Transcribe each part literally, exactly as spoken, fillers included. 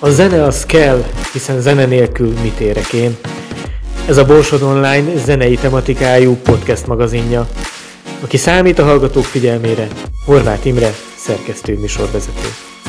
A zene az kell, hiszen zene nélkül mit érek én. Ez a Borsod Online zenei tematikájú podcast magazinja. Aki számít a hallgatók figyelmére, Horváth Imre, szerkesztő műsorvezető.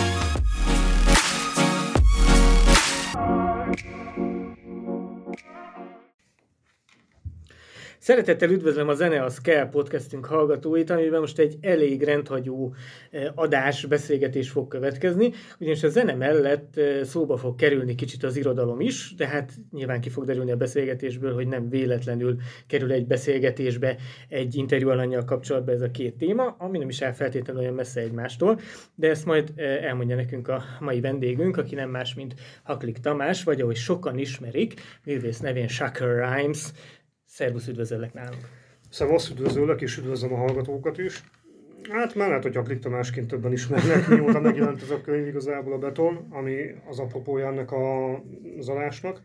Szeretettel üdvözlöm a Zene az kell podcastünk hallgatóit, amiben most egy elég rendhagyó adás, beszélgetés fog következni, ugyanis a zene mellett szóba fog kerülni kicsit az irodalom is, de hát nyilván ki fog derülni a beszélgetésből, hogy nem véletlenül kerül egy beszélgetésbe egy interjú alannyal kapcsolatban ez a két téma, ami nem is áll feltétlenül olyan messze egymástól, de ezt majd elmondja nekünk a mai vendégünk, aki nem más, mint Haklik Tamás, vagy ahogy sokan ismerik, művész nevén Shaker Rhymes. Szervusz, üdvözöllek nálunk! Szevasz, üdvözöllek, és üdvözlöm a hallgatókat is. Hát már lehet, hogy Haklik Tamásként többen ismernek, mióta megjelent ez a könyv igazából a Beton, ami az apropója ennek a zalásnak.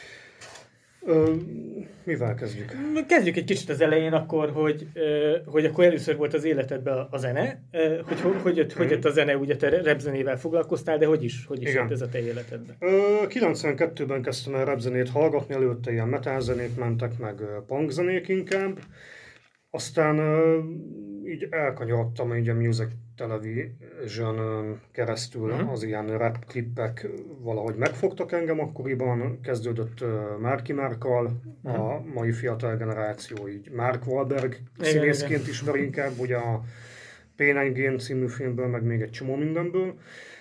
Ö, mivel kezdjük? Kezdjük egy kicsit az elején akkor, hogy, hogy akkor először volt az életedben a zene, hogy hogy, hogy, jött, hogy jött a zene, ugye te rapzenével foglalkoztál, de hogy is, hogy is jött ez a te életedben? Ö, kilencvenkettőben kezdtem el rapzenét hallgatni, előtte ilyen metal zenék mentek, meg punk zenék inkább. Aztán így elkanyarodtam így a Music Television keresztül, uh-huh. az ilyen rap klippek valahogy megfogtak engem akkoriban, kezdődött Marky Markkal, uh-huh. a mai fiatal generáció így Mark Wahlberg színészként ismer inkább, ugye a Pain and Gain című filmből, meg még egy csomó mindenből.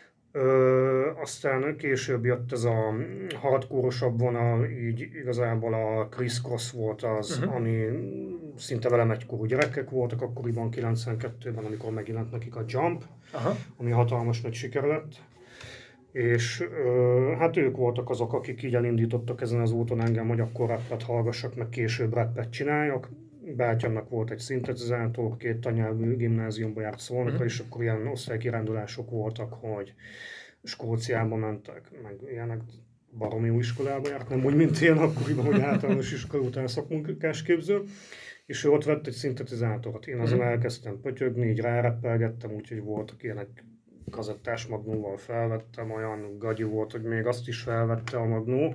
Ö, aztán később jött ez a hardcore-osabb vonal, így igazából a Criss Cross volt az, uh-huh. ami szinte velem egykorú gyerekek voltak akkoriban, kilencvenkettőben, amikor megjelent nekik a Jump, uh-huh. ami hatalmas nagy siker lett. És ö, hát ők voltak azok, akik így elindítottak ezen az úton engem, hogy akkor rappet hallgassak, meg később rappet csináljak. Bátyámnak volt egy szintetizátor, két tanyelvű gimnáziumba járt Szolnokra, uh-huh. és akkor ilyen osztálykirándulások voltak, hogy Skóciába mentek, meg ilyenek, baromi jó iskolába járt, nem úgy, mint én akkoriban, hogy általános iskola után szakmunkásképző, és ő ott vett egy szintetizátort. Én azon uh-huh. elkezdtem pötyögni, így ráreppelgettem, úgyhogy voltak ilyenek, kazettás magnóval felvettem, olyan gagyi volt, hogy még azt is felvette a magnó,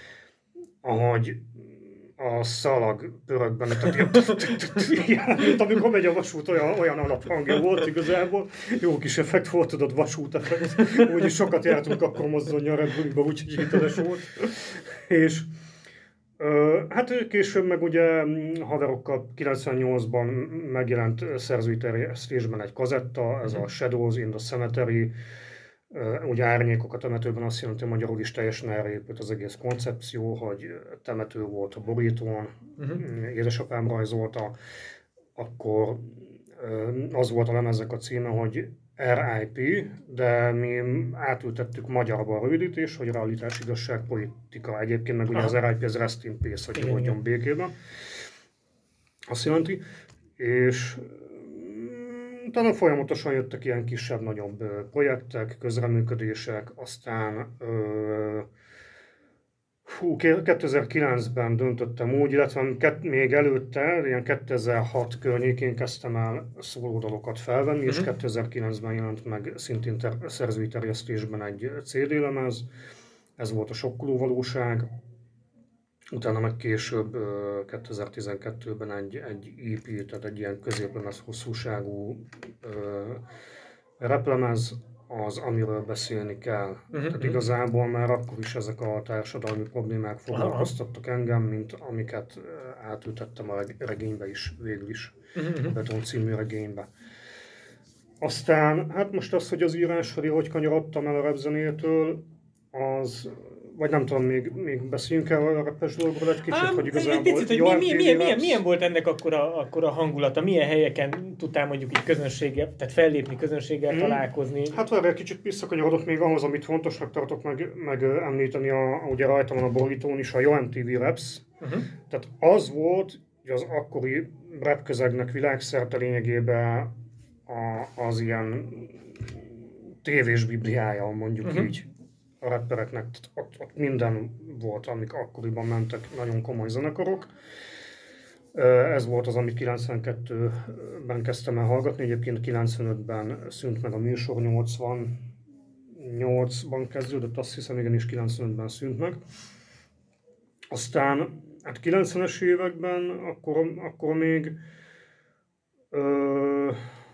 ahogy a szalag pörög benne, tehát mint amikor megy a vasút, olyan, olyan alaphangja volt igazából. Jó kis effekt volt, tudod, vasút effekt. Úgyis sokat jártunk akkor mozdonnyal Red Bullba, úgyhogy hiteles volt. És ö, hát később meg ugye haverokkal kilencvennyolcban megjelent szerzői terjesztésben egy kazetta, ez a Shadows in the Cemetery. Uh, ugye árnyékok a temetőben azt jelenti, hogy magyarul is teljesen erre épült az egész koncepció, hogy temető volt a borítón, uh-huh. édesapám rajzolta, akkor uh, az volt a lemeznek a címe, hogy er i pé, de mi átültettük magyarba a rövidítés, hogy realitás, igazság, politika. Egyébként meg ugye az er i pé az Rest in Peace, hogy nyugodjon békében. Azt jelenti. És utána folyamatosan jöttek ilyen kisebb-nagyobb projektek, közreműködések, aztán ö, hú, kétezer-kilencben döntöttem úgy, illetve kett, még előtte, ilyen kétezer-hat környékén kezdtem el szólódalokat felvenni, uh-huh. és kétezer-kilencben jelent meg szintén ter- szerzői terjesztésben egy cé dé lemez, ez volt a Sokkoló valóság. Utána meg később kétezer-tizenkettőben egy, egy é pé, tehát egy ilyen középlemez hosszúságú replemez az, amiről beszélni kell. Uh-huh. Tehát igazából már akkor is ezek a társadalmi problémák foglalkoztattak engem, mint amiket átültettem a regénybe is, végül is, uh-huh. a Beton című regénybe. Aztán, hát most az, hogy az írás felé hogy kanyarodtam el a rapzenétől, az... Vagy nem tudom, még, még beszéljünk el a rappes dolgokról egy kicsit, um, hogy igazából... Egy picit, hogy mi, mi, milyen, milyen, milyen volt ennek akkor a, akkor a hangulata? Milyen helyeken tudtál mondjuk így közönséggel, tehát fellépni, közönséggel hmm. találkozni? Hát várj, egy kicsit visszakanyarodok még ahhoz, amit fontosnak tartok meg, meg említeni, a, ugye rajta van a borítón is, a Yo em té vé Raps. Uh-huh. Tehát az volt, hogy az akkori rap közegnek világszerte lényegében a, az ilyen tévés bibliája, mondjuk uh-huh. így. A rappereknek, ott, ott minden volt, amik akkoriban mentek, nagyon komoly zenekarok. Ez volt az, amit kilencvenkettőben kezdtem el hallgatni, egyébként kilencvenötben szűnt meg a műsor, nyolcvan kilencvennyolcban kezdődött, azt hiszem, igenis kilencvenötben szűnt meg. Aztán hát kilencvenes években, akkor, akkor még ö,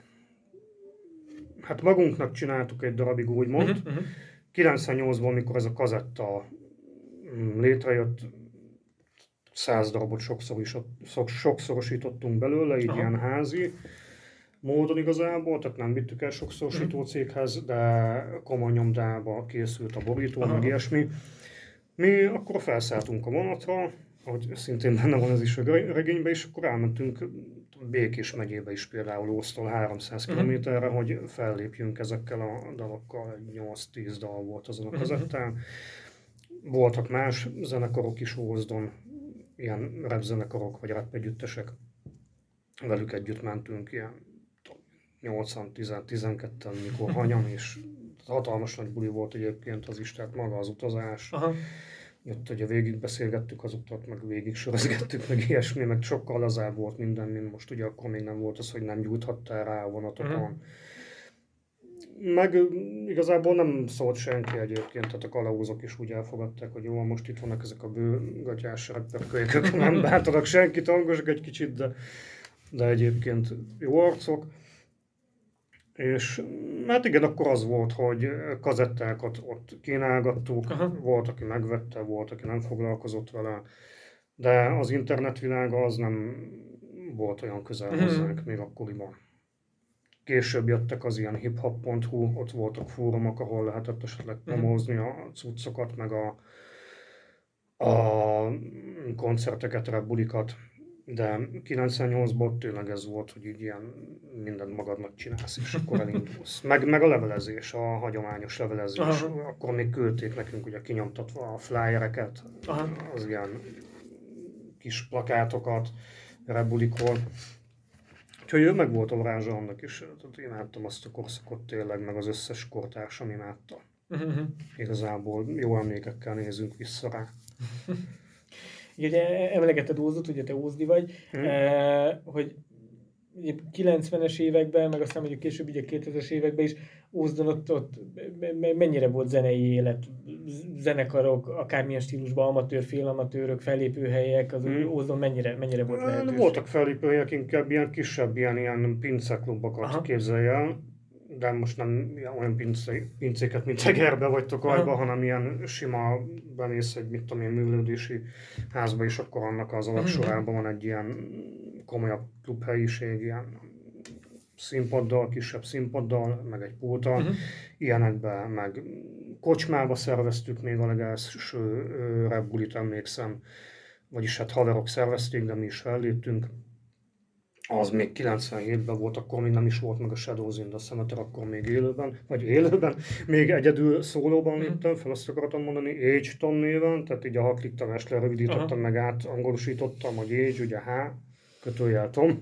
hát magunknak csináltuk egy darabig, úgymond. Uh-huh, uh-huh. kilencvennyolcban, amikor ez a kazetta létrejött, száz darabot sokszorosítottunk belőle, így Aha. ilyen házi módon igazából, tehát nem vittük el sokszorosító céghez, de komoly nyomdába készült a borító, Aha. meg ilyesmi. Mi akkor felszálltunk a vonatra, ahogy szintén benne van ez is a regényben, és akkor elmentünk Békés megyébe is például Ósztól háromszáz uh-huh. kilométerre, hogy fellépjünk ezekkel a dalokkal, nyolc-tíz dal volt azon a kazettán. Uh-huh. Voltak más zenekarok is Ózdon, ilyen rap zenekarok vagy rap együttesek, velük együtt mentünk ilyen nyolcan, tíz, tizenketten, mikor hanyam, és hatalmas nagy buli volt egyébként az is, tehát maga az utazás. Aha. Ott ugye végig beszélgettük az utat, meg végig sorozgettük, meg ilyesmi, meg sokkal lazább volt minden, mint most ugye akkor még nem volt az, hogy nem gyújthattál rá a vonatokon. Uh-huh. Meg igazából nem szólt senki egyébként, tehát a kalauzok is úgy elfogadták, hogy jó, most itt vannak ezek a bőgatyás rapperkölykök, nem bántanak senkit, hangosok egy kicsit, de, de egyébként jó arcok. És hát igen, akkor az volt, hogy kazettákat ott kínálgattuk, Aha. volt, aki megvette, volt, aki nem foglalkozott vele, de az internetvilága az nem volt olyan közel uh-huh. hozzánk még akkoriban. Később jöttek az ilyen hiphop pont hu, ott voltak fórumok, ahol lehetett esetleg promózni a cuccokat, meg a, a koncerteket, rebulikat. De kilencvennyolcban tényleg ez volt, hogy így ilyen mindent magadnak csinálsz, és akkor elindulsz. Meg, meg a levelezés, a hagyományos levelezés. Aha. Akkor még küldték nekünk ugye kinyomtatva a flyereket, Aha. az ilyen kis plakátokat, rebulikról. Úgyhogy meg volt a varázsa annak is. Tehát imádtam azt a korszakot tényleg, meg az összes kortársam imádta. Uh-huh. Igazából jó emlékekkel nézünk vissza rá. Ugye emlegetted Ózdot, ugye te ózdi vagy, hmm. eh, hogy ugye kilencvenes években, meg aztán mondjuk később ugye kétezres években is Ózdon ott, ott mennyire volt zenei élet, zenekarok, akármilyen stílusban, amatőr, félamatőrök, fellépőhelyek, az hmm. Ózdon mennyire, mennyire volt lehetőség? Voltak fellépőhelyek, inkább ilyen kisebb, ilyen, ilyen pinceklubokat képzelj el, de most nem olyan pincé, pincéket, mint Egerbe vagy Tokajba, hanem ilyen sima, bemész egy, mit tudom én, művelődési házba, és akkor annak az alaksorában van egy ilyen komolyabb klubhelyiség, ilyen színpaddal, kisebb színpaddal, meg egy pulttal, uh-huh. ilyenekben, meg kocsmába szerveztük még a legelső rap-bulit, emlékszem, vagyis hát haverok szervezték, de mi is felléptünk. Az még kilencvenhétben volt, akkor még nem is volt meg a Shadows in the Cemetery, akkor még élőben, vagy élőben, még egyedül szólóban léptem, fel azt akartam mondani, Age Tom néven, tehát így a hakliktavást lerövidítottam, Aha. meg átangolosítottam, hogy Age, ugye H, kötőjel Tom.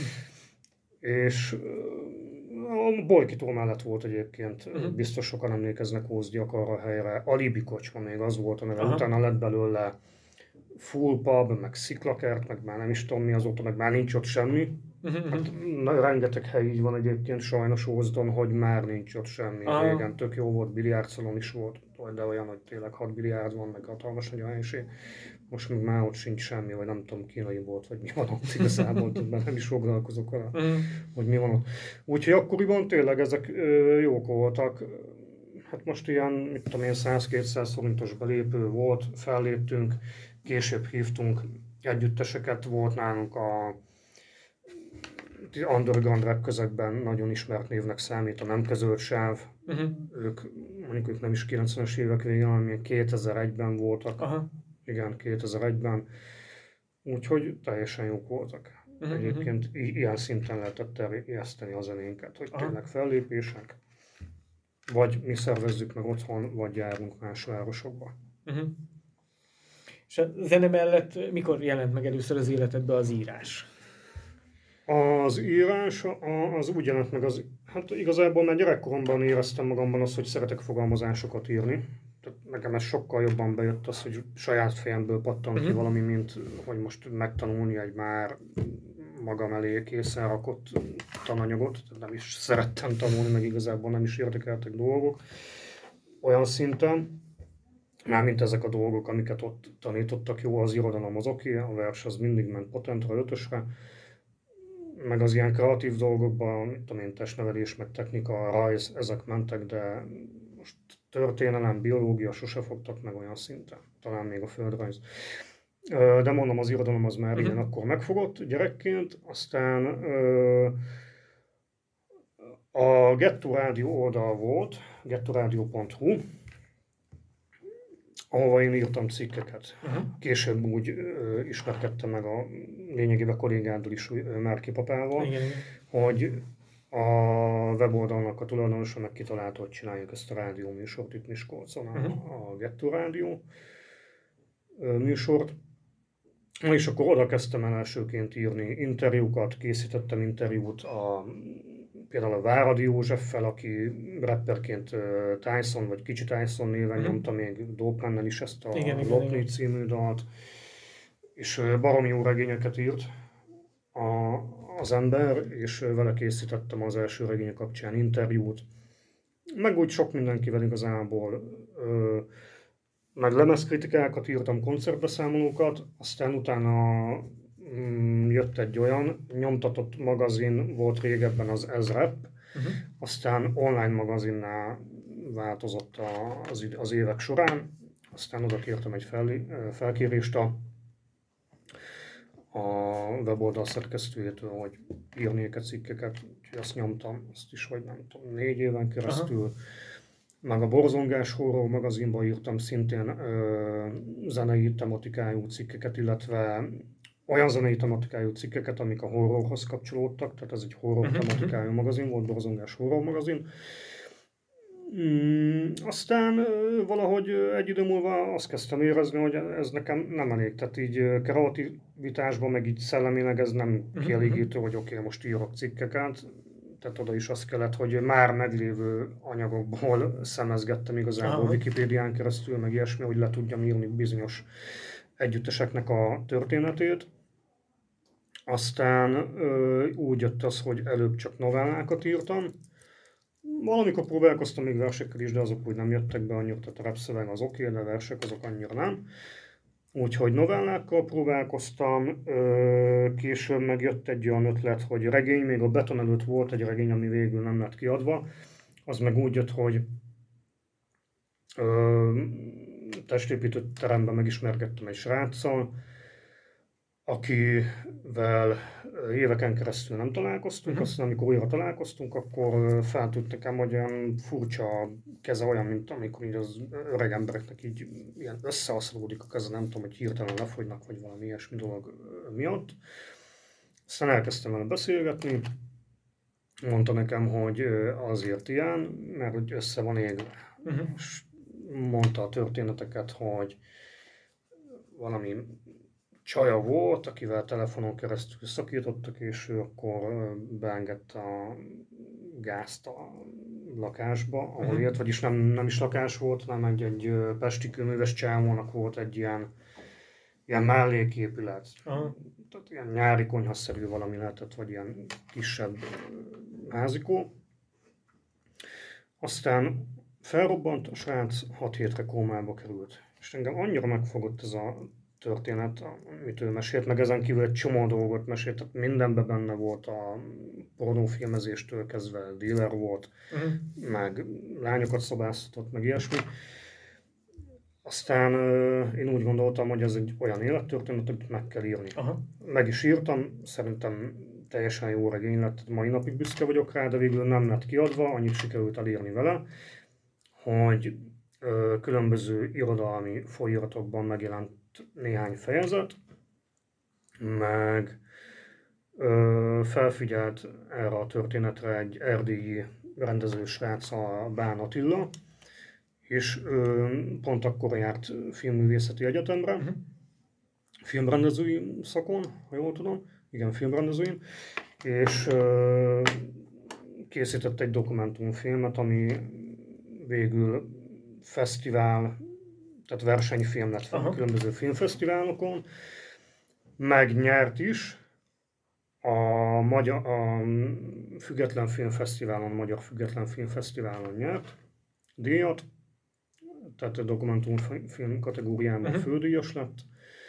És a Bolykitó mellett volt egyébként, uh-huh. biztos sokan emlékeznek ózdiak arra a helyre, Alibi kocsma még az volt, amivel utána lett belőle full pub, meg sziklakert, meg már nem is tudom mi azóta, meg már nincs ott semmi. Uh-huh. Hát, na, rengeteg hely így van egyébként sajnos Ózdon, hogy már nincs ott semmi. Uh-huh. Régen tök jó volt, biliárdszalon is volt, de olyan, hogy tényleg hat biliárd van, meg hatalmas nagy a helység. Most még már ott sincs semmi, vagy nem tudom, kínai volt, vagy mi van ott igazából, többen nem is foglalkozok vele, uh-huh. hogy mi van ott. Úgyhogy akkoriban tényleg ezek ö, jók voltak. Hát most ilyen, mit tudom én, száz-kétszáz forintos belépő volt, felléptünk, később hívtunk együtteseket, volt nálunk a underground rap közegben nagyon ismert névnek számít a Nem Közölt Sáv. Uh-huh. Ők, mondjuk ők nem is kilencvenes évek végén, hanem kétezer-egyben voltak. Aha. Igen, kétezer-egyben. Úgyhogy teljesen jók voltak. Uh-huh. Egyébként ilyen szinten lehetett terjeszteni a zenénket, hogy Aha. tényleg fellépések. Vagy mi szervezzük meg otthon, vagy járunk más városokba. Uh-huh. És a zene mellett mikor jelent meg először az életedben az írás? Az írás az úgy jelent meg, az, hát igazából már gyerekkoromban éreztem magamban azt, hogy szeretek fogalmazásokat írni. Tehát nekem ez sokkal jobban bejött az, hogy saját fejemből pattan uh-huh. ki valami, mint hogy most megtanulni egy már magam elé készen rakott tananyagot. Nem is szerettem tanulni, meg igazából nem is érdekeltek dolgok. olyan szinten, mármint ezek a dolgok, amiket ott tanítottak, jó, az irodalom az oké, a vers az mindig ment patentra, ötösre, meg az ilyen kreatív dolgokban, mit tudom én, testnevelés, meg technika, rajz, ezek mentek, de most történelem, biológia sose fogtak meg olyan szinten, talán még a földrajz. De mondom, az irodalom az már uh-huh. igen, akkor megfogott gyerekként, aztán a Getto Rádió oldal volt, gettoradio pont hu, ahova én írtam cikkeket. Uh-huh. Később úgy ö, ismerkedtem meg a lényegében kollégáddal is, Márki papával, igen, hogy a weboldalnak a tulajdonosa meg kitalálta, hogy csináljuk ezt a rádió műsort itt Miskolcon, uh-huh. a, a Getto Rádió ö, műsort. És akkor oda kezdtem el elsőként írni interjúkat, készítettem interjút a például a Váradi Józseffel, aki rapperként uh, Tyson, vagy Kicsi Tyson néven mm-hmm. nyomta még Dóprennel is ezt a Lopni című dalt, és uh, baromi jó regényeket írt a, az ember, és uh, vele készítettem az első regény kapcsán interjút, meg úgy sok mindenkivel igazából, uh, meg lemezkritikákat írtam, koncertbeszámolókat, aztán utána jött egy olyan nyomtatott magazin, volt régebben az Ez Rap, uh-huh. aztán online magazinná változott az, az évek során, aztán oda kértem egy fel, felkérést a, a weboldal szerkesztőjétől, hogy írnék egy cikkeket, úgyhogy azt nyomtam, azt is, hogy nem tudom, négy éven keresztül. Uh-huh. Meg a Borzongás Horror magazinban írtam szintén ö, zenei tematikájú cikkeket, illetve olyan zenei tematikájú cikkeket, amik a horrorhoz kapcsolódtak, tehát ez egy horror tematikájú magazin volt, Borzongás Horror magazin. Mm, aztán ö, valahogy egy idő múlva azt kezdtem érezni, hogy ez nekem nem elég, tehát így kreativitásban, meg így szellemileg ez nem kielégítő, hogy oké, okay, most írok cikkeket. Tehát oda is az kellett, hogy már meglévő anyagokból szemezgettem igazából Aha. Wikipédián keresztül, meg ilyesmi, hogy le tudjam írni bizonyos együtteseknek a történetét. Aztán ö, úgy jött az, hogy előbb csak novellákat írtam. Valamikor próbálkoztam még versekkel is, de azok úgy nem jöttek be annyira, tehát a rapszöveg az oké, de versek azok annyira nem. Úgyhogy novellákkal próbálkoztam, később megjött egy olyan ötlet, hogy regény, még a Beton előtt volt egy regény, ami végül nem lett kiadva. Az meg úgy jött, hogy ö, testépítő teremben megismerkedtem egy sráccal, akivel éveken keresztül nem találkoztunk, uh-huh. aztán amikor újra találkoztunk, akkor feltűnt nekem, hogy olyan furcsa keze, olyan, mint amikor így az öreg embereknek így ilyen összeaszlódik a keze, nem tudom, hogy hirtelen lefogynak, vagy valami ilyesmi dolog miatt. Aztán elkezdtem vele beszélgetni, mondta nekem, hogy azért ilyen, mert hogy össze van égve. Uh-huh. És mondta a történeteket, hogy valami csaja volt, akivel telefonon keresztül szakítottak, és ő akkor beengedte a gázt a lakásba, ahol uh-huh. élt, vagyis nem, nem is lakás volt, hanem egy, egy pesti kőműves csávónak volt egy ilyen, ilyen melléképület. Uh-huh. Tehát ilyen nyári konyhaszerű valami lehetett, vagy ilyen kisebb házikó. Aztán felrobbant, a srác hat hétre kómába került. És engem annyira megfogott ez a történet, amit ő mesélt, meg ezen kívül egy csomó dolgot mesélt, tehát mindenben benne volt, a pornófilmezéstől kezdve dealer volt, uh-huh. meg lányokat szobáztatott, meg ilyesmi. Aztán uh, én úgy gondoltam, hogy ez egy olyan élettörténet, amit meg kell írni. Uh-huh. Meg is írtam, szerintem teljesen jó regény lett, mai napig büszke vagyok rá, de végül nem lett kiadva, annyit sikerült elérni vele, hogy uh, különböző irodalmi folyóiratokban megjelent néhány fejezet, meg ö, felfigyelt erre a történetre egy erdélyi rendezősrác, a Bán Attila, és ö, pont akkor járt filmművészeti egyetemre, uh-huh. filmrendezői szakon, ha jól tudom, igen, filmrendezői, és ö, készített egy dokumentumfilmet, ami végül fesztivál, tehát versenyfilm lett fel uh-huh. különböző filmfesztiválokon, megnyert is a, magyar, a Független Filmfesztiválon, a Magyar Független Filmfesztiválon nyert díjat, tehát a dokumentumfilm kategóriában uh-huh. fődíjas lett,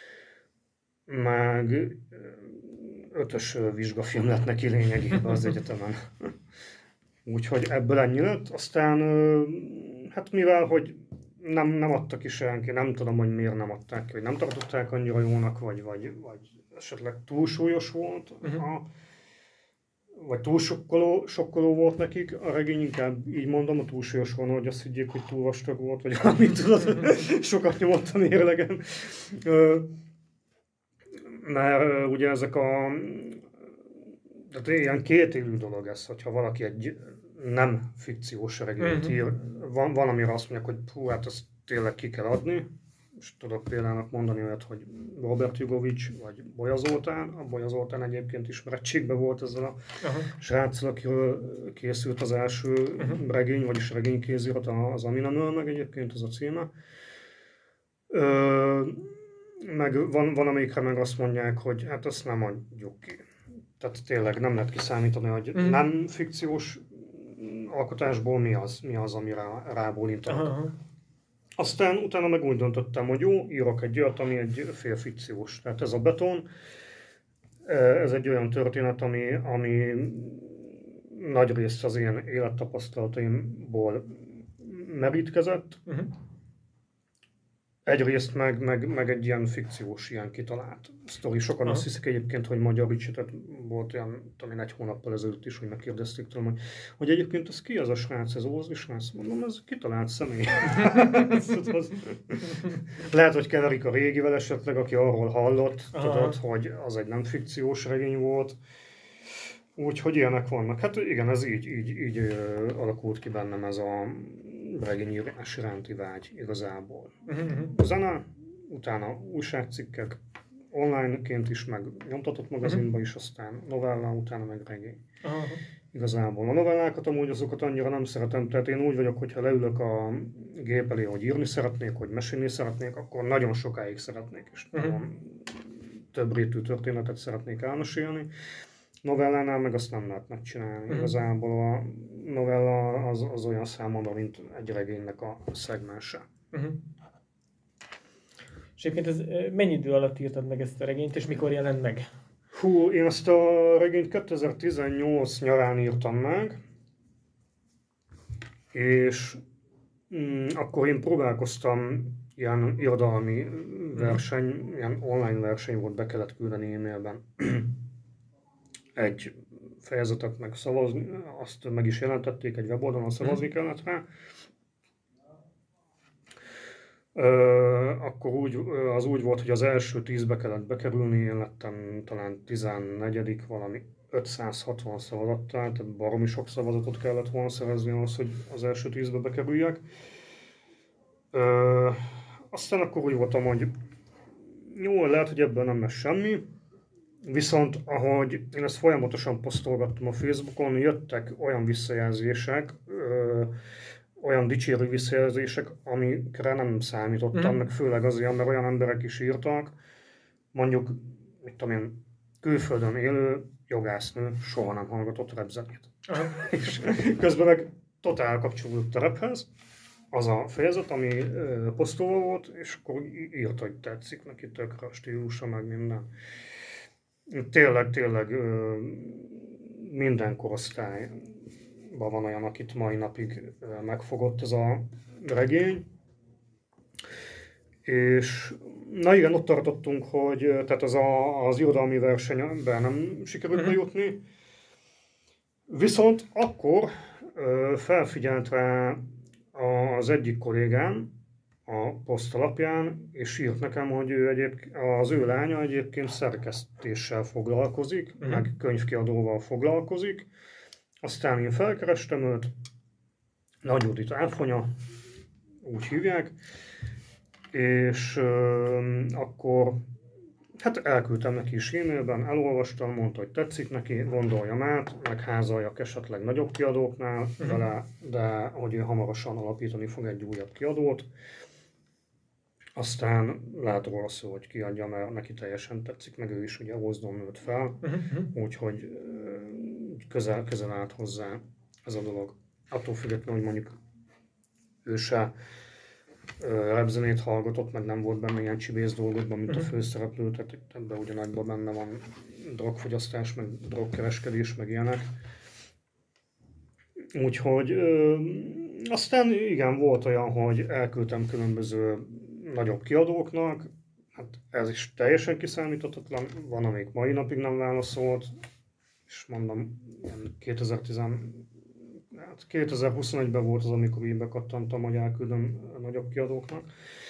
meg ötös vizsgafilm lett neki lényegében az egyetemen. Úgyhogy ebből ennyi lett. Aztán, hát mivel, hogy nem, nem adta ki senki, nem tudom, hogy miért nem adták ki, hogy nem tartották annyira jónak, vagy, vagy, vagy esetleg túlsúlyos volt, uh-huh. a, vagy túl sokkoló, sokkoló volt nekik. A regény inkább így mondom, a túlsúlyos volna, hogy azt higgyék, hogy túl vastag volt, vagy valamit tudod, sokat nyomott a mérlegen. Mert ugye ezek a... Tehát ilyen kétélű dolog ez, hogyha valaki egy nem fikciós regényt ír, van, van amire azt mondják, hogy hú, hát ezt tényleg ki kell adni. És tudok például mondani olyat, hogy Robert Jugovics vagy Bolya Zoltán. A Bolya Zoltán egyébként ismerettségben volt ezzel a uh-huh. sráccal, akiről készült az első uh-huh. regény, vagyis regénykézirat, az Aminamöl, meg egyébként ez a címe. Ö, meg van, van amelyikre meg azt mondják, hogy hát azt nem adjuk ki. Tehát tényleg nem lehet kiszámítani, hogy uh-huh. nem fikciós alkotásból mi az, mi az ami rá, rábólintanak. Uh-huh. Aztán utána meg úgy döntöttem, hogy jó, írok egy olyat, ami egy félfikciós. Tehát ez a Beton, ez egy olyan történet, ami, ami nagy részt az én élettapasztalataimból merítkezett. Uh-huh. Egyrészt meg, meg, meg egy ilyen fikciós, ilyen kitalált sztori. Sokan uh-huh. azt hiszik egyébként, hogy magyar Ricsi, tehát volt olyan, talán egy hónappal ezelőtt is, hogy megkérdezték tőlem, hogy, hogy egyébként ez ki az a srác, ez Ózdi srác? Mondom, ez kitalált személy. Lehet, hogy keverik a régivel esetleg, aki arról hallott, uh-huh. tudod, hogy az egy nem fikciós regény volt. Úgyhogy ilyenek vannak. Hát igen, ez így, így, így alakult ki bennem ez a regényírás iránti vágy igazából. Uh-huh. A zene, utána újságcikkek, online-ként is, meg nyomtatott magazinban uh-huh. is, aztán novella, utána meg regény. Uh-huh. Igazából a novellákat amúgy azokat annyira nem szeretem, tehát én úgy vagyok, hogyha leülök a gép elé, hogy írni szeretnék, hogy mesélni szeretnék, akkor nagyon sokáig szeretnék, és uh-huh. nagyon több rétű történetet szeretnék elmesélni. Novellánál meg azt nem lehet megcsinálni. Mm. Igazából a novella az, az olyan számomra, mint egy regénynek a szegmense. Mm-hmm. És egyébként ez, mennyi idő alatt írtad meg ezt a regényt, és mikor jelent meg? Hú, én ezt a regényt kétezer-tizennyolc nyarán írtam meg, és mm, akkor én próbálkoztam ilyen irodalmi verseny, mm. ilyen online verseny volt, be kellett küldeni e-mailben egy fejezetet meg szavazni, azt meg is jelentették, egy weboldalon szavazni kellett rá. Uh, akkor úgy, az úgy volt, hogy az első tízbe kellett bekerülni, én lettem talán tizennegyedik valami ötszázhatvan szavazattal, tehát baromi sok szavazatot kellett volna szerezni ahhoz, hogy az első tízbe bekerüljek. Uh, aztán akkor úgy voltam, hogy jó, lehet, hogy ebből nem lesz semmi. Viszont ahogy én ezt folyamatosan posztolgattam a Facebookon, jöttek olyan visszajelzések, ö, olyan dicsérő visszajelzések, amikre nem számítottam, mm. meg főleg azért, mert olyan emberek is írtak, mondjuk, mit tudom én, külföldön élő jogásznő soha nem hallgatott rapzenét. És közben meg totál kapcsolódott a raphez, az a fejezet, ami ö, posztolva volt, és akkor írt, hogy tetszik neki tökre a stílusa, meg minden. Tényleg, tényleg minden korosztályban van olyan, akit mai napig megfogott ez a regény. És na igen, ott tartottunk, hogy tehát az, a, az irodalmi versenyben nem sikerült bejutni. Viszont akkor felfigyelt rá az egyik kollégám a poszt alapján, és írt nekem, hogy ő egyébként, az ő lánya egyébként szerkesztéssel foglalkozik, uh-huh. meg könyvkiadóval foglalkozik. Aztán én felkerestem őt, Nagy Judit Áfonya, úgy hívják, és euh, akkor hát elküldtem neki is e-mailben, elolvastam, mondta, hogy tetszik neki, gondoljam át, meg házaljak esetleg nagyobb kiadóknál uh-huh. vele, de hogy ő hamarosan alapítani fog egy újabb kiadót. Aztán lehet róla szó, hogy kiadja, mert neki teljesen tetszik, meg ő is ugye Ózdon nőtt fel, uh-huh. úgyhogy közel, közel állt hozzá ez a dolog. Attól függetlenül, hogy mondjuk ő se rapzenét hallgatott, meg nem volt benne ilyen csibész dolgokban, mint a főszereplő, tehát ebben ugyanagyban benne van drogfogyasztás, meg drogkereskedés, meg ilyenek. Úgyhogy ö, aztán igen, volt olyan, hogy elküldtem különböző nagyobb kiadóknak, hát ez is teljesen kiszámíthatatlan, van, amelyik mai napig nem válaszolt, és mondom, kétezer-tíz, hát kétezer-huszonegyben volt az, amikor így bekattantam, hogy elküldöm a nagyobb kiadóknak.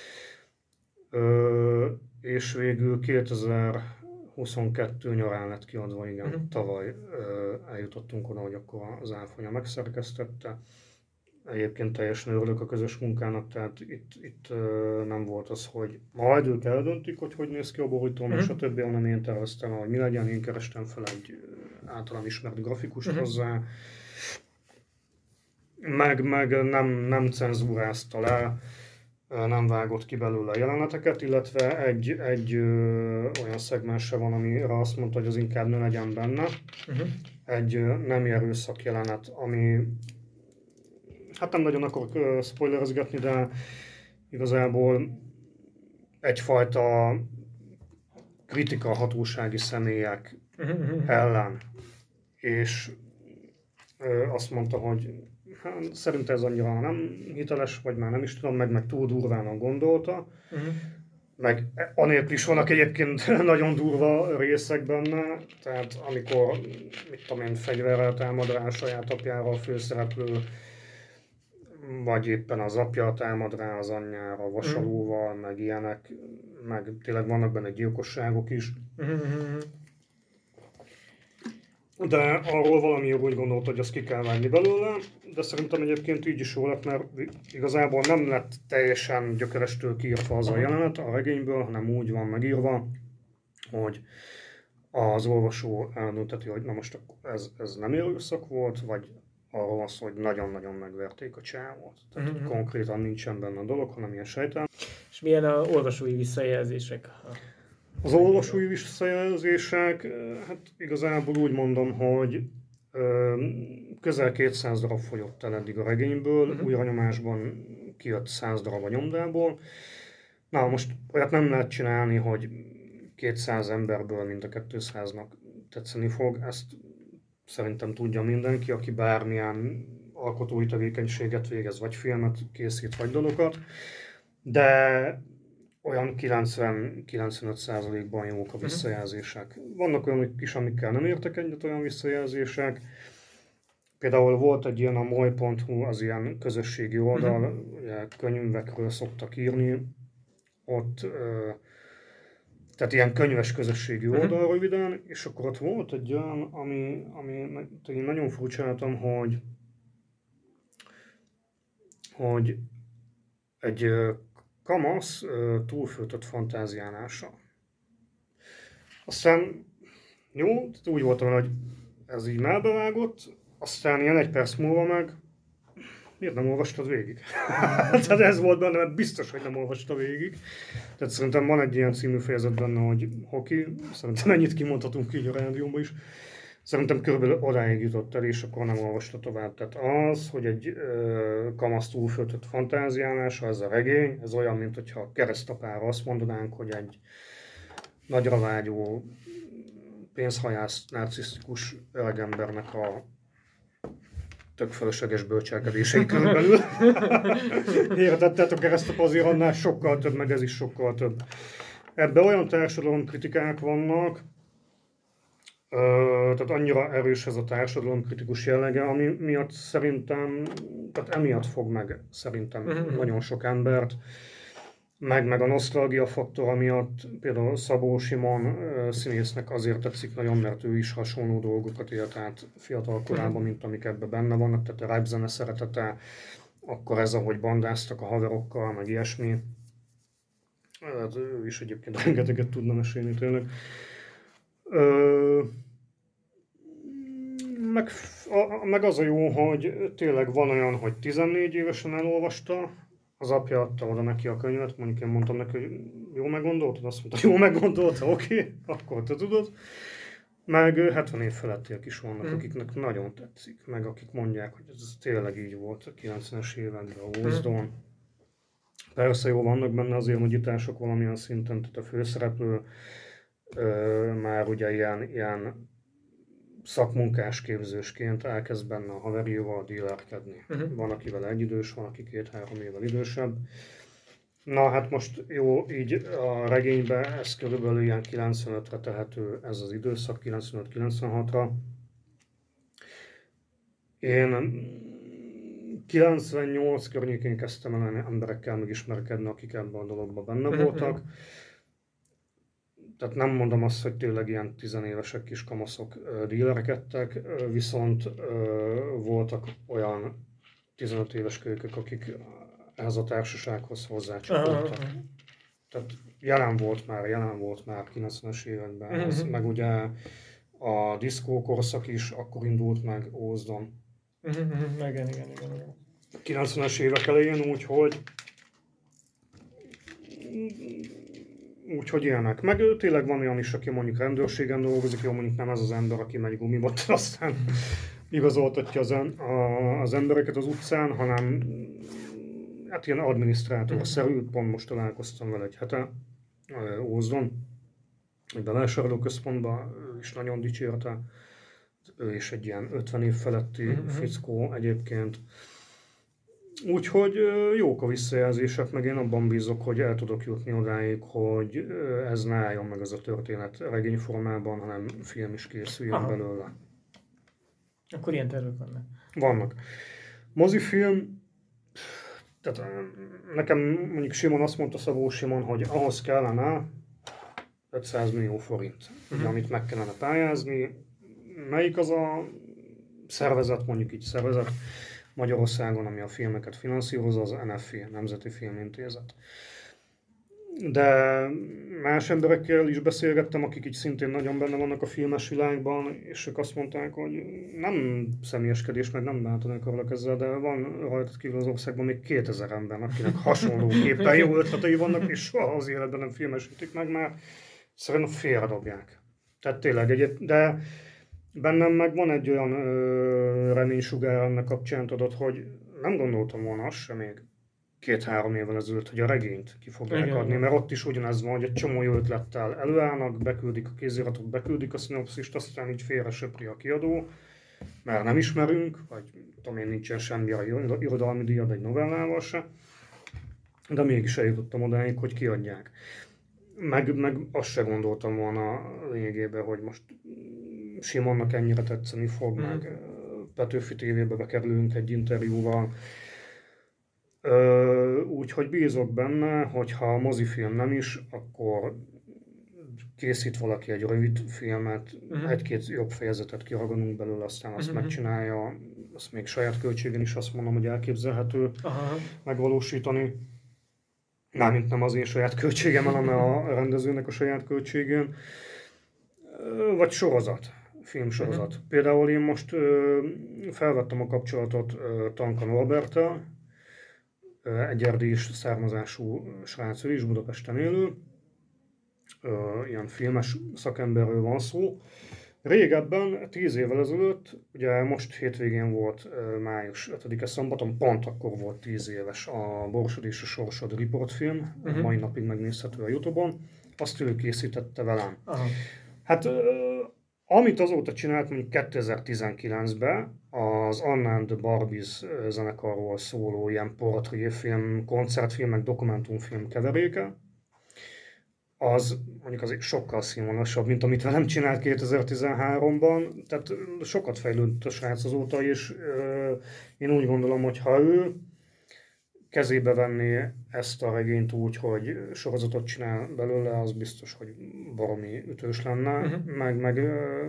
Ö, és végül kétezer-huszonkettő nyarán lett kiadva, igen, uh-huh. tavaly ö, eljutottunk oda, hogy akkor az Áfonya megszerkesztette. Egyébként teljesen örülök a közös munkának, tehát itt, itt ö, nem volt az, hogy majd ők eldöntik, hogy hogy néz ki a borító, meg uh-huh. stb., hanem én terveztem, hogy mi legyen, én kerestem fel egy általam ismert grafikust uh-huh. hozzá, meg, meg nem, nem cenzúrázta le, nem vágott ki belőle a jeleneteket, illetve egy, egy ö, olyan szegmense van, amire azt mondta, hogy az inkább ne legyen benne. Uh-huh. Egy ö, nem erőszak jelenet, ami hát nem nagyon akarok ö, spoilerezgetni, de igazából egyfajta kritika a hatósági személyek uh-huh. ellen. És ö, azt mondta, hogy hát, szerintem ez annyira nem hiteles, vagy már nem is tudom, meg, meg túl durván gondolta. Uh-huh. Meg anélkül is vannak egyébként nagyon durva részek benne, tehát amikor, mit tudom én, fegyverrel támad rá a saját apjára a főszereplő, vagy éppen az apja támad rá az anyjára vasalóval, uh-huh. meg ilyenek, meg tényleg vannak benne gyilkosságok is. Uh-huh. De arról valami úgy gondolt, hogy azt ki kell vágni belőle, de szerintem egyébként így is jó lett, mert igazából nem lett teljesen gyökerestől kiírva az a jelenet a regényből, hanem úgy van megírva, hogy az olvasó eldönteti, hogy na most ez, ez nem erőszak volt, vagy arról az, hogy nagyon-nagyon megverték a csávót. Tehát uh-huh. konkrétan nincsen benne a dolog, hanem ilyen sejtelem. És milyen a olvasói visszajelzések? Az olvasói visszajelzések, hát igazából úgy mondom, hogy közel kétszáz darab fogyott el eddig a regényből, uh-huh. újranyomásban kijött száz darab a nyomdából. Na most olyat nem lehet csinálni, hogy kétszáz emberből mind a kétszáznak tetszeni fog. Ezt szerintem tudja mindenki, aki bármilyen alkotói tevékenységet végez, vagy filmet készít, vagy dalokat. De olyan kilencven-kilencvenöt százalékban jók a visszajelzések. Vannak olyanok is, amikkel nem értek egyet, olyan visszajelzések. Például volt egy ilyen a moly pont hu, az ilyen közösségi oldal, uh-huh. ugye, könyvekről szoktak írni. Ott, ö, tehát ilyen könyves közösségi oldal uh-huh. röviden, és akkor ott volt egy olyan, ami, ami én nagyon furcsáltam, hogy, hogy egy kamasz túlföltött fantáziálása. Aztán jó, úgy voltam, hogy ez így melbevágott, aztán ilyen egy perc múlva meg, miért nem olvastad végig? Tehát ez volt benne, mert biztos, hogy nem olvasta végig. Tehát szerintem van egy ilyen című fejezet benne, hogy hoki, szerintem ennyit kimondhatunk így a rádióban is. Szerintem körülbelül odáig jutott el, és akkor nem olvasta tovább. Tehát az, hogy egy ö, kamasz túlföltött fantáziálása, ez a regény, ez olyan, mint hogyha a keresztapára azt mondanánk, hogy egy nagyra vágyó, pénzhajász, narcisztikus öregembernek a tök fölösleges bölcselkedései körülbelül. Értettetek, keresztapa azért annál sokkal több, meg ez is sokkal több. Ebben olyan társadalomkritikák vannak, Ö, tehát annyira erős ez a társadalomkritikus jellege, ami miatt szerintem, tehát emiatt fog meg szerintem uh-huh. nagyon sok embert, meg, meg a nosztalgia faktora miatt például Szabó Simon ö, színésznek azért tetszik nagyon, mert ő is hasonló dolgokat élt át fiatal korában, uh-huh. mint amik ebben benne vannak, tehát a rap zene szeretete, akkor ez, ahogy bandáztak a haverokkal, meg ilyesmi. Hát, ő is egyébként rengeteget tudna mesélni tényleg. Ö, meg, a, meg az a jó, hogy tényleg van olyan, hogy tizennégy évesen elolvasta, az apja adta oda neki a könyvet, mondjuk én mondtam neki, hogy jó meggondoltad, azt mondta, jó meggondolta, oké, okay, akkor te tudod. Meg hetven év felettiek is vannak, mm. akiknek nagyon tetszik, meg akik mondják, hogy ez tényleg így volt a kilencvenes években a Ózdon. Mm. Persze jó, vannak benne azért nagyítások valamilyen szinten, tehát a főszereplő ö, már ugye ilyen, ilyen szakmunkás képzősként elkezd benne a haverjával dílerkedni. Uh-huh. Van, akivel egyidős, van, aki két-három évvel idősebb. Na hát most jó, így a regényben ez körülbelül ilyen kilencvenötre tehető ez az időszak, kilencvenöt-kilencvenhatra. Én kilencvennyolc környékén kezdtem el emberekkel megismerkedni, akik ebben a dologban benne voltak. Tehát nem mondom azt, hogy tényleg ilyen tizenévesek kis kamaszok dílerkedtek, viszont voltak olyan tizenöt éves kölykök, akik ehhez a társasághoz hozzácsatoltak. Tehát jelen volt már, jelen volt már kilencvenes években. Uh-huh. Ez, meg ugye a diszkó korszak is akkor indult meg Ózdon. Uh-huh. Igen, igen, igen, igen. kilencvenes évek elején, úgyhogy úgyhogy ilyenek. Meg tényleg van olyan is, aki mondjuk rendőrségen dolgozik, jó, mondjuk nem ez az ember, aki megy gumibottal, aztán igazoltatja az, a, az embereket az utcán, hanem hát ilyen adminisztrátor-szerű, pont most találkoztam vele egy hete Ózdon, egy bevásárlóközpontban, ő is nagyon dicsérte. Ő is egy ilyen ötven év feletti uh-huh. fickó egyébként. Úgyhogy jók a visszajelzések, meg én abban bízok, hogy el tudok jutni odáig, hogy ez ne álljon meg az a történet regényformában, hanem film is készüljön Aha. belőle. Akkor ilyen tervek vannak? Vannak. Mozifilm, tehát nekem mondjuk Simon azt mondta, Szabó Simon, hogy ahhoz kellene ötszáz millió forint, uh-huh. amit meg kellene pályázni. Melyik az a szervezet, mondjuk így szervezet Magyarországon, ami a filmeket finanszírozza, az en ef i, Nemzeti Filmintézet. De más emberekkel is beszélgettem, akik így szintén nagyon benne vannak a filmes világban, és ők azt mondták, hogy nem személyeskedés, meg nem bántanak akarok ezzel, de van rajtad kívül az országban még kétezer ember, akinek hasonlóképpen jó ötletei vannak, és soha az életben nem filmesítik meg, már szerintem félredobják. Tehát tényleg egyet, de bennem meg van egy olyan ö, reménysugár ennek kapcsán, tudod, hogy nem gondoltam volna azt sem még két-három évvel ezelőtt, hogy a regényt ki fogják Igen. adni, mert ott is ugyanez van, hogy egy csomó jó ötlettel előállnak, beküldik a kéziratot, beküldik a szinopszist, aztán így félre söpri a kiadó, mert nem ismerünk, vagy tudom én, nincsen semmi a irodalmi díjad egy novellával se, de mégis eljutottam odáig, hogy kiadják. Meg, meg azt se gondoltam volna lényegében, hogy most Simonnak ennyire tetszeni fog, mm. meg Petőfi tévébe bekerülünk egy interjúval. Úgyhogy bízok benne, hogyha a mozifilm nem is, akkor készít valaki egy rövid filmet, uh-huh. egy-két jobb fejezetet kiragadunk belőle, aztán azt uh-huh. megcsinálja, azt még saját költségen is azt mondom, hogy elképzelhető uh-huh. megvalósítani. Mármint nem az én saját költségemen, hanem a rendezőnek a saját költségén. Vagy sorozat, filmsorozat. Uh-huh. Például én most ö, felvettem a kapcsolatot ö, Tanka Norberttel, egy erdélyi származású srác, ő is Budapesten élő, ilyen filmes szakemberről van szó. Régebben, tíz évvel ezelőtt, ugye most hétvégén volt május ötödike szombaton, pont akkor volt tíz éves a Borsod és a Sorsod riportfilm, uh-huh. mai napig megnézhető a Youtube-on, azt ő készítette velem. Uh-huh. Hát amit azóta csinált, mondjuk kétezer-tizenkilencben, az Anna and the Barbies zenekarról szóló ilyen portréfilm, koncertfilm, meg dokumentumfilm keveréke, az mondjuk az sokkal színvonalasabb, mint amit velem csinált kétezer-tizenháromban. Tehát sokat fejlődött a srác azóta, és euh, én úgy gondolom, hogy ha ő kezébe venné ezt a regényt úgy, hogy sorozatot csinál belőle, az biztos, hogy baromi ütős lenne. Uh-huh. Meg, meg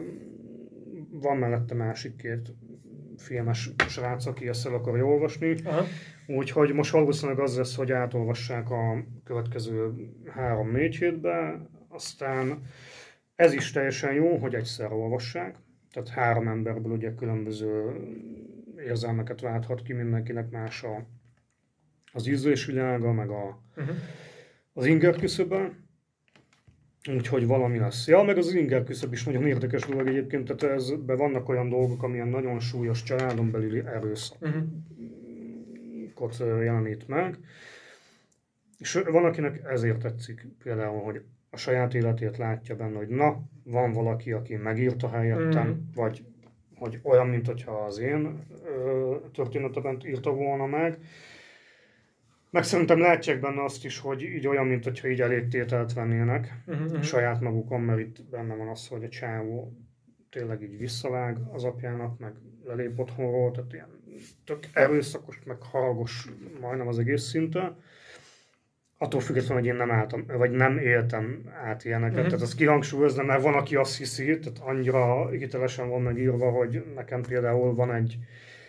van mellette másik két filmes srác, aki ezt el akarja olvasni. Uh-huh. Úgyhogy most valószínűleg az lesz, hogy átolvassák a következő három-négy hétben, aztán ez is teljesen jó, hogy egyszer olvassák. Tehát három emberből ugye különböző érzelmeket válthat ki, mindenkinek más a az ízlésvilága, meg a, uh-huh. az inger küszöbe. Úgyhogy valami lesz. Ja, meg az inger küszöb is nagyon érdekes dolog egyébként, tehát ezben vannak olyan dolgok, amilyen nagyon súlyos családon belüli erőszakot uh-huh. jelenít meg. És van, akinek ezért tetszik például, hogy a saját életét látja benne, hogy na, van valaki, aki megírta helyettem, mm. vagy hogy olyan, mint hogyha az én ö, történetemet írta volna meg. Meg szerintem látják benne azt is, hogy így olyan, mint hogyha így elég tételt vennének uh-huh. saját magukon, mert itt benne van az, hogy a csávó tényleg így visszavág az apjának, meg lelép otthonról, tehát ilyen tök erőszakos, meg haragos majdnem az egész szinte. Attól függetlenül, hogy én nem álltam, vagy nem éltem át ilyeneket, uh-huh. tehát azt kihangsúlyoznám, mert van, aki azt hiszi, tehát annyira hitelesen van megírva, hogy nekem például van egy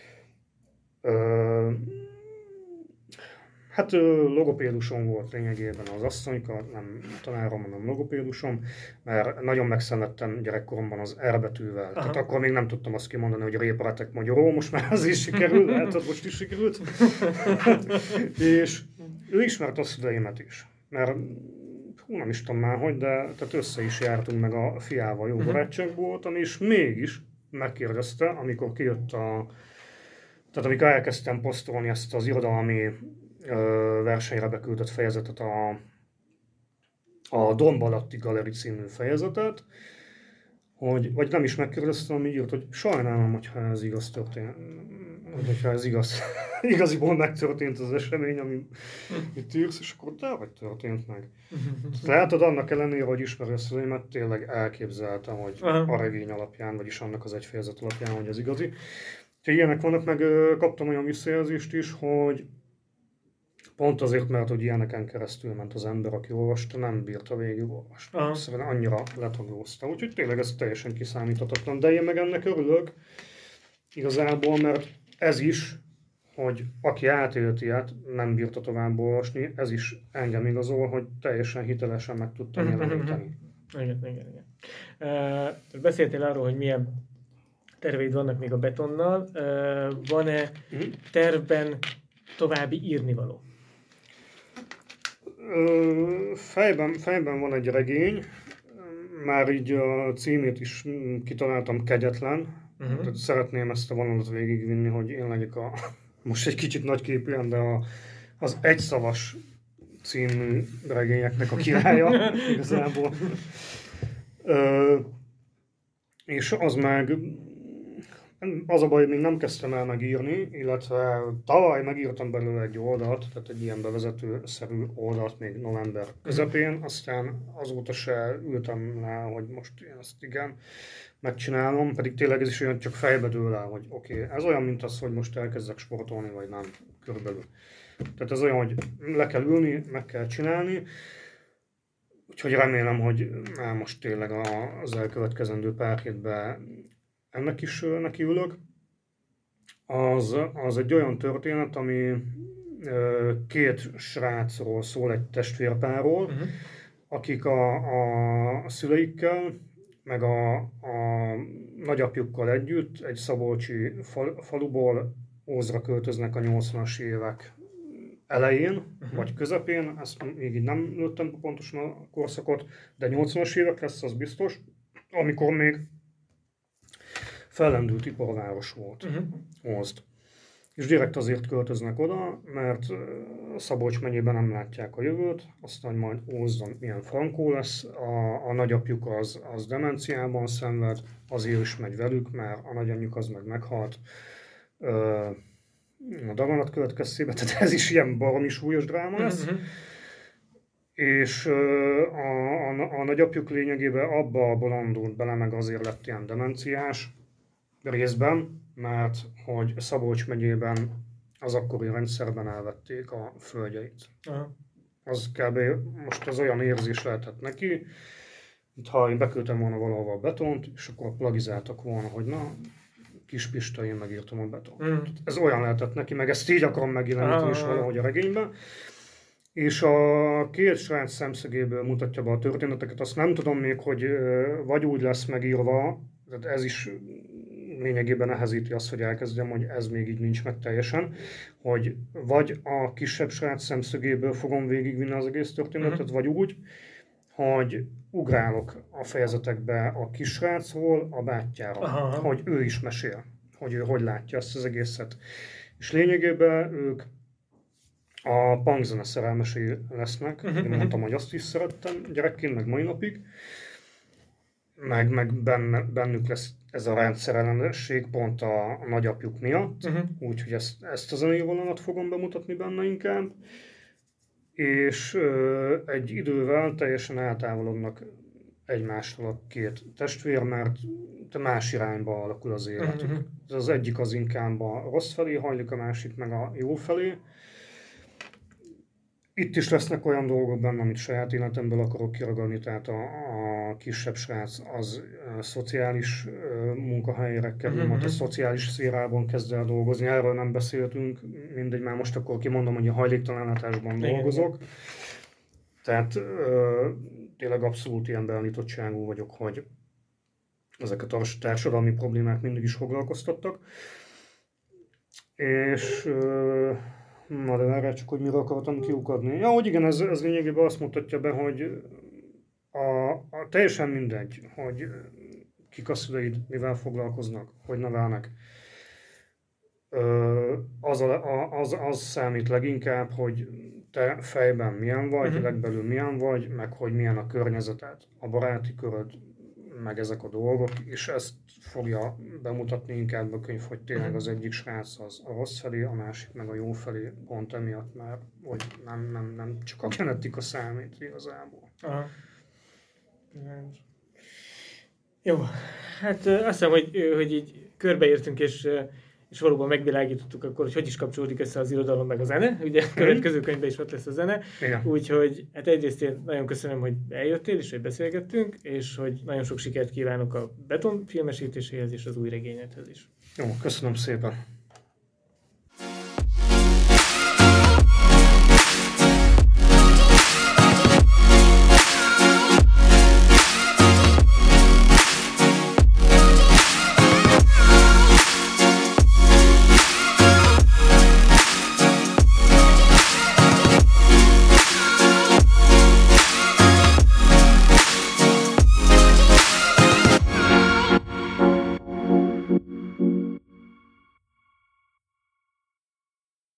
ö, hát logopédusom volt lényegében az asszonyka, nem tanárom, hanem logopédusom, mert nagyon megszenvedtem gyerekkoromban az R betűvel. Aha. Tehát akkor még nem tudtam azt kimondani, hogy réparetek magyarul, most már az is sikerült, lehet, hogy most is sikerült. És ő ismert a szüleimet is, mert hú, nem is tudom már hogy, de tehát össze is jártunk meg a fiával, jó barátság voltam, és mégis megkérdezte, amikor kijött a... Tehát amikor elkezdtem posztolni ezt az irodalmi versenyre beküldött fejezetet, a, a Domb alatti Galeri című fejezetet, hogy, vagy nem is megkérdeztem, ami írt, hogy sajnálom, hogyha ez igaz történt, hogyha ez igaz, igaziból megtörtént az esemény, ami itt írsz, és akkor de, vagy történt meg. Látod, annak ellenére, hogy ismeri a szüleimet, tényleg elképzeltem, hogy a regény alapján, vagyis annak az egy fejezet alapján, hogy ez igazi. Ha ilyenek vannak, meg kaptam olyan visszajelzést is, hogy pont azért, mert hogy ilyeneken keresztül ment az ember, aki olvasta, nem bírta végigolvasni. Szóval annyira letaglózta. Úgyhogy tényleg ez teljesen kiszámíthatatlan. De én meg ennek örülök igazából, mert ez is, hogy aki átélt ilyet, nem bírta tovább olvasni, ez is engem igazol, hogy teljesen hitelesen meg tudtam jeleníteni. Igen, igen, igen. Uh, beszéltél arról, hogy milyen terveid vannak még a betonnal. Uh, van-e tervben további írnivaló? Fejben, fejben van egy regény, már így a címét is kitaláltam, Kegyetlen. Uh-huh. Tehát szeretném ezt a vonalat végigvinni, hogy én legyek a, most egy kicsit nagyképűen, de a, az egyszavas című regényeknek a királya igazából. Ö, és az meg, az a baj, hogy még nem kezdtem el megírni, illetve tavaly megírtam belőle egy oldalt, tehát egy ilyen bevezetőszerű oldalt még november közepén, aztán azóta se ültem rá, hogy most én ezt igen megcsinálom, pedig tényleg ez is olyan, csak fejbe dől el, hogy oké, okay, ez olyan, mint az, hogy most elkezdek sportolni, vagy nem, körülbelül. Tehát ez olyan, hogy le kell ülni, meg kell csinálni, úgyhogy remélem, hogy már most tényleg az elkövetkezendő pár hétben ennek is nekiülök. Az, az egy olyan történet, ami két srácról szól, egy testvérpárról, uh-huh. akik a, a szüleikkel, meg a, a nagyapjukkal együtt egy szabolcsi fal, faluból Ózra költöznek a nyolcvanas évek elején, uh-huh. vagy közepén, ezt még így nem lőttem pontosan a korszakot, de nyolcvanas évek lesz, az biztos, amikor még fellendült iparváros volt, uh-huh. Ózd. És direkt azért költöznek oda, mert Szabolcs megyében nem látják a jövőt, aztán majd Ózdon milyen frankó lesz, a, a nagyapjuk az, az demenciában szenved, azért is megy velük, mert a nagyanyjuk az meg meghalt a daganat következtében, tehát ez is ilyen baromi súlyos dráma lesz. Uh-huh. És a, a, a nagyapjuk lényegében abba bolondult bele, meg azért lett ilyen demenciás részben, mert hogy Szabolcs megyében az akkori rendszerben elvették a földjeit. Uh-huh. Az kb. Most az olyan érzés lehetett neki, mintha én beküldtem volna valahova a betont, és akkor plagizáltak volna, hogy na, kis Pista, én megírtam a betont. Uh-huh. Ez olyan lehetett neki, meg ezt így akarom megjeleníteni uh-huh. is valahogy a regényben. És a két srác szemszögéből mutatja be a történeteket, azt nem tudom még, hogy vagy úgy lesz megírva, tehát ez is lényegében nehezíti azt, hogy elkezdjem, hogy ez még így nincs meg teljesen, hogy vagy a kisebb srác szemszögéből fogom végigvinni az egész történetet, uh-huh. vagy úgy, hogy ugrálok a fejezetekbe a kisrácról a bátyjára, uh-huh. hogy ő is mesél, hogy ő hogy látja ezt az egészet. És lényegében ők A punk zene szerelmesei lesznek. Uh-huh, Én uh-huh. mondtam, hogy azt is szerettem gyerekként, meg mai napig. Meg, meg benne, bennük lesz ez a rendszerellenesség pont a, a nagyapjuk miatt. Uh-huh. Úgyhogy ezt, ezt a zenei vonalat fogom bemutatni benne inkább. És ö, egy idővel teljesen eltávolodnak egymástól a két testvér, mert más irányba alakul az életük. Uh-huh. Az egyik az inkább a rossz felé hajlik, a másik meg a jó felé. Itt is lesznek olyan dolgok benne, amit saját életemből akarok kiragadni, tehát a, a kisebb srác az a szociális uh, munkahelyre kerül, Uh-huh. majd a szociális szférában kezd el dolgozni, erről nem beszéltünk, mindegy, már most akkor kimondom, hogy a hajléktalanításban dolgozok. Tehát uh, tényleg abszolút ilyen beállítottságú vagyok, hogy ezeket a társadalmi problémák mindig is foglalkoztattak. És uh, na de erre csak, hogy mire akartam kiukadni. Ja, hogy igen, ez, ez lényegében azt mutatja be, hogy a, a, teljesen mindegy, hogy kik a szüleid, mivel foglalkoznak, hogy nevelnek. Ö, az, a, az, az számít leginkább, hogy te fejben milyen vagy, uh-huh. legbelül milyen vagy, meg hogy milyen a környezeted, a baráti köröd, meg ezek a dolgok, és ezt fogja bemutatni inkább a könyv, hogy tényleg az egyik srác az a rossz felé, a másik meg a jó felé, pont emiatt, mert hogy nem, nem, nem csak a genetika számít igazából. Aha. Jó, hát azt hiszem, hogy, hogy így körbeértünk, és, és valóban megvilágítottuk akkor, hogy hogy is kapcsolódik össze az irodalom meg a zene. Ugye a következő könyvben is ott lesz a zene. Igen. Úgyhogy hát egyrészt én nagyon köszönöm, hogy eljöttél, és hogy beszélgettünk, és hogy nagyon sok sikert kívánok a Beton filmesítéséhez és az új regényedhez is. Jó, köszönöm szépen.